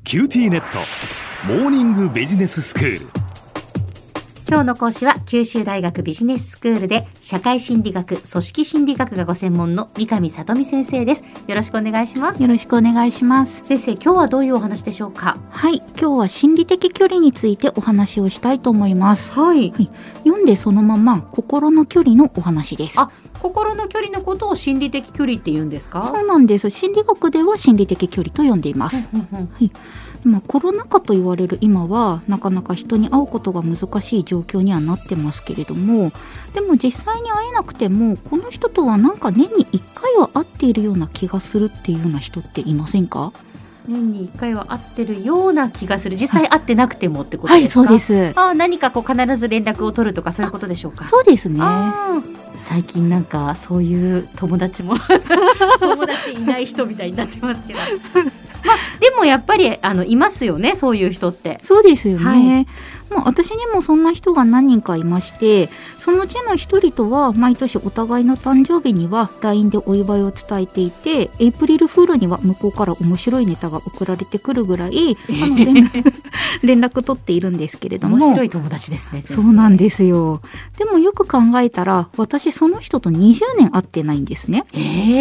キューティーネットモーニングビジネススクール。 今日の講師は九州大学ビジネススクールで社会心理学、組織心理学がご専門の三上里美先生です。よろしくお願いします。 よろしくお願いします。 先生、今日はどういうお話でしょうか？ はい、今日は心理的距離についてお話をしたいと思います。 はい、 読んでそのまま心の距離のお話です。 心の距離のことを心理的距離って言うんですか？ そうなんです。心理学では心理的距離と呼んでいます。コロナ禍と言われる今はなかなか人に会うことが難しい状況にはなってますけれども、でも実際に会えなくてもこの人とはなんか年に1回は会っているような気がするっていうような人っていませんか？ 年に1回は会ってるような気がする。実際会ってなくてもってことですか？ はい、そうです。 何か必ず連絡を取るとかそういうことでしょうか？ そうですね。 最近なんかそういう友達も友達いない人みたいになってますけどでもやっぱりいますよね、そういう人って。 そうですよね。私にもそんな人が何人かいまして、そのうちの一人とは毎年お互いの誕生日には LINE でお祝いを伝えていて、エイプリルフールには向こうから面白いネタが送られてくるぐらい連絡取っているんですけれども。 面白い友達ですね。 そうなんですよ。でもよく考えたら私その人と20年会ってないんですね。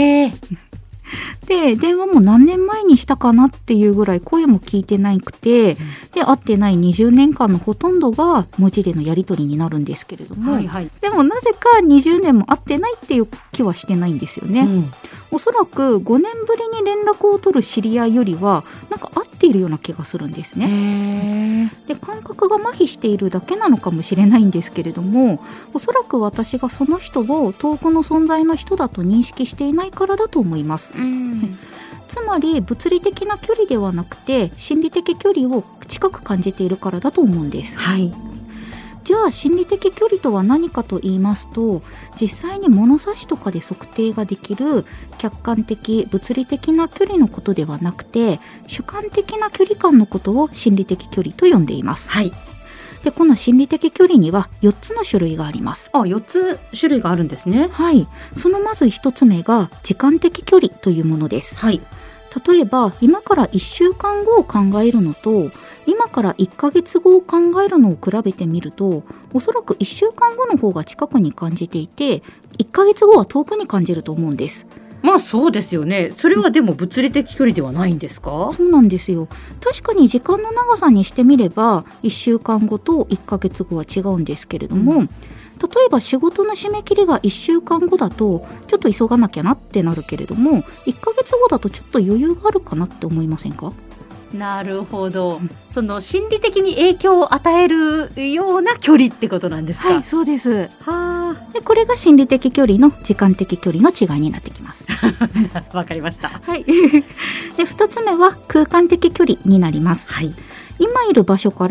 で電話も何年前にしたかなっていうぐらい声も聞いてなくて、で会ってない20年間のほとんどが文字でのやり取りになるんですけれども、でもなぜか20年も会ってないっていう気はしてないんですよね。おそらく5年ぶりに連絡を取る知り合いよりはなんか会っているような気がするんですね。で感覚が麻痺しているだけなのかもしれないんですけれども、おそらく私がその人を遠くの存在の人だと認識していないからだと思います。つまり物理的な距離ではなくて心理的距離を近く感じているからだと思うんです。じゃあ心理的距離とは何かと言いますと、実際に物差しとかで測定ができる客観的物理的な距離のことではなくて、主観的な距離感のことを心理的距離と呼んでいます。でこの心理的距離には4つの種類があります。 4つ種類があるんですね。 そのまず1つ目が時間的距離というものです。例えば今から1週間後を考えるのと今から1ヶ月後を考えるのを比べてみると、おそらく1週間後の方が近くに感じていて1ヶ月後は遠くに感じると思うんです。 そうですよね。それはでも物理的距離ではないんですか？ そうなんですよ。確かに時間の長さにしてみれば1週間後と1ヶ月後は違うんですけれども、例えば仕事の締め切りが1週間後だとちょっと急がなきゃなってなるけれども、1ヶ月後だとちょっと余裕があるかなって思いませんか？ なるほど。その心理的に影響を与えるような距離ってことなんですか？ そうです。でこれが心理的距離の時間的距離の違いになってきますわかりました。 で2つ目は空間的距離になります。今いる場所から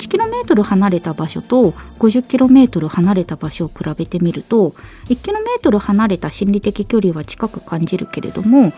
1km 離れた場所と 50km 離れた場所を比べてみると、 1km 離れた心理的距離は近く感じるけれども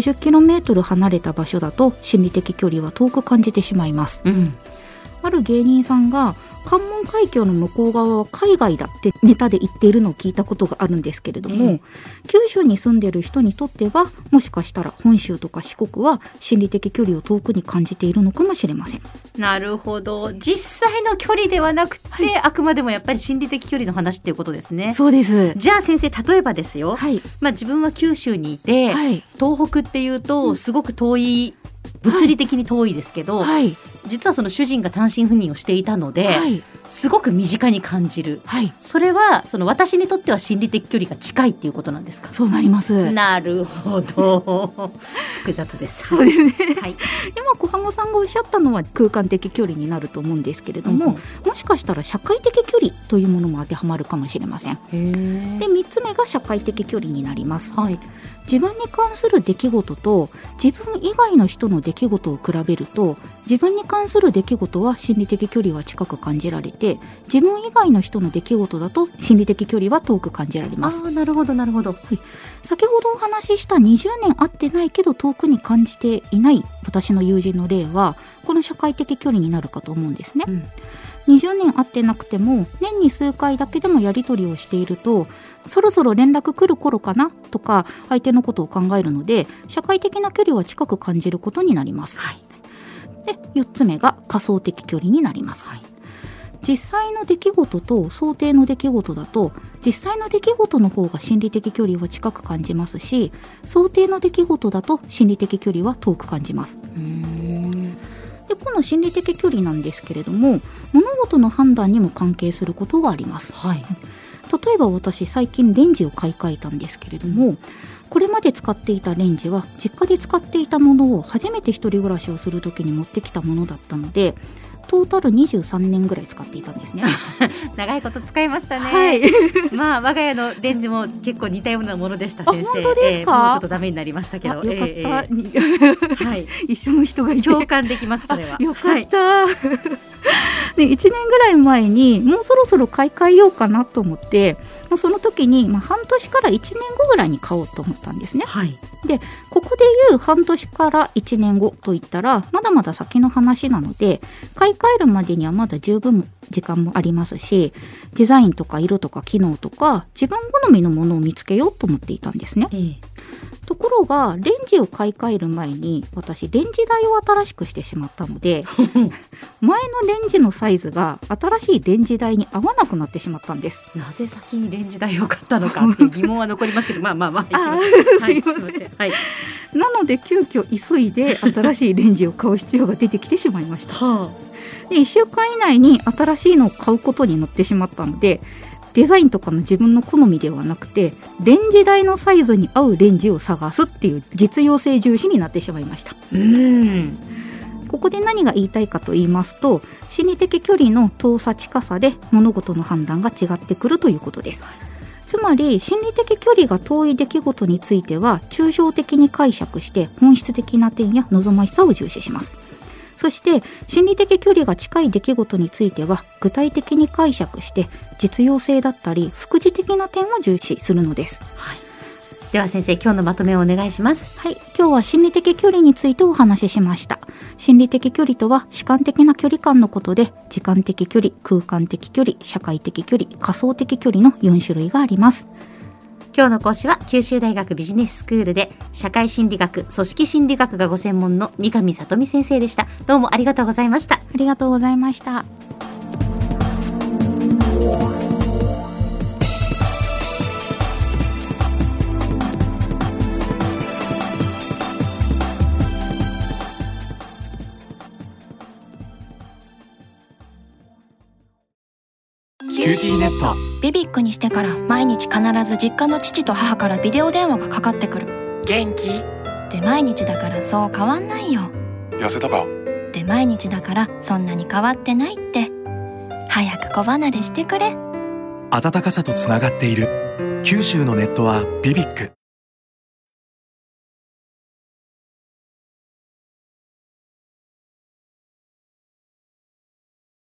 50km 離れた場所だと心理的距離は遠く感じてしまいます。ある芸人さんが関門海峡の向こう側は海外だってネタで言っているのを聞いたことがあるんですけれども、九州に住んでいる人にとってはもしかしたら本州とか四国は心理的距離を遠くに感じているのかもしれません。 なるほど。実際の距離ではなくて、あくまでもやっぱり心理的距離の話っていうことですね。 そうです。 じゃあ先生、例えばですよ、自分は九州にいて、東北っていうとすごく遠い、物理的に遠いですけど、実はその主人が単身赴任をしていたので、すごく身近に感じる、それはその私にとっては心理的距離が近いっていうことなんですか？ そうなります。 なるほど複雑です。 そうですね。今小浜さんがおっしゃったのは空間的距離になると思うんですけれども、もしかしたら社会的距離というものも当てはまるかもしれません。で3つ目が社会的距離になります。自分に関する出来事と自分以外の人の出来事を比べると、自分に関する出来事は心理的距離は近く感じられて、自分以外の人の出来事だと心理的距離は遠く感じられます。 なるほどなるほど。 先ほどお話しした20年会ってないけど遠くに感じていない私の友人の例はこの社会的距離になるかと思うんですね。20年会ってなくても年に数回だけでもやり取りをしていると、そろそろ連絡来る頃かなとか相手のことを考えるので社会的な距離は近く感じることになります。 で4つ目が仮想的距離になります、実際の出来事と想定の出来事だと、実際の出来事の方が心理的距離は近く感じますし、想定の出来事だと心理的距離は遠く感じます。でこの心理的距離なんですけれども、物事の判断にも関係することがあります、例えば私最近レンジを買い替えたんですけれども、これまで使っていたレンジは実家で使っていたものを初めて一人暮らしをするときに持ってきたものだったので、トータル23年ぐらい使っていたんですね。 長いこと使いましたね、まあ我が家のレンジも結構似たようなものでした。先生、 本当ですか？ もうちょっとダメになりましたけど、 よかった、一緒の人がいて共感できます。それはよかった、で1年ぐらい前にもうそろそろ買い替えようかなと思って、その時に、半年から1年後ぐらいに買おうと思ったんですね、でここでいう半年から1年後といったらまだまだ先の話なので、買い替えるまでにはまだ十分時間もありますし、デザインとか色とか機能とか自分好みのものを見つけようと思っていたんですね、ところがレンジを買い替える前に私レンジ台を新しくしてしまったので前のレンジのサイズが新しいレンジ台に合わなくなってしまったんです。 なぜ先にレンジ台を買ったのかっていう疑問は残りますけどすいません、 なので急遽急いで新しいレンジを買う必要が出てきてしまいました、で1週間以内に新しいのを買うことになってしまったので、デザインとかの自分の好みではなくてレンジ台のサイズに合うレンジを探すっていう実用性重視になってしまいました。ここで何が言いたいかと言いますと、心理的距離の遠さ近さで物事の判断が違ってくるということです。つまり心理的距離が遠い出来事については抽象的に解釈して本質的な点や望ましさを重視します。そして心理的距離が近い出来事については具体的に解釈して実用性だったり副次的な点を重視するのです、 では先生、今日のまとめをお願いします。 今日は心理的距離についてお話ししました。心理的距離とは主観的な距離感のことで、時間的距離、空間的距離、社会的距離、仮想的距離の4種類があります。 今日の講師は九州大学ビジネススクールで社会心理学、組織心理学がご専門の三上里美先生でした。どうもありがとうございました。 ありがとうございました。 キューティーネット。 ビビックにしてから毎日必ず実家の父と母からビデオ電話がかかってくる。 元気？ で毎日だからそう変わんないよ。 痩せたか？ で毎日だからそんなに変わってないって。早く子離れしてくれ。 温かさとつながっている九州のネットはビビック。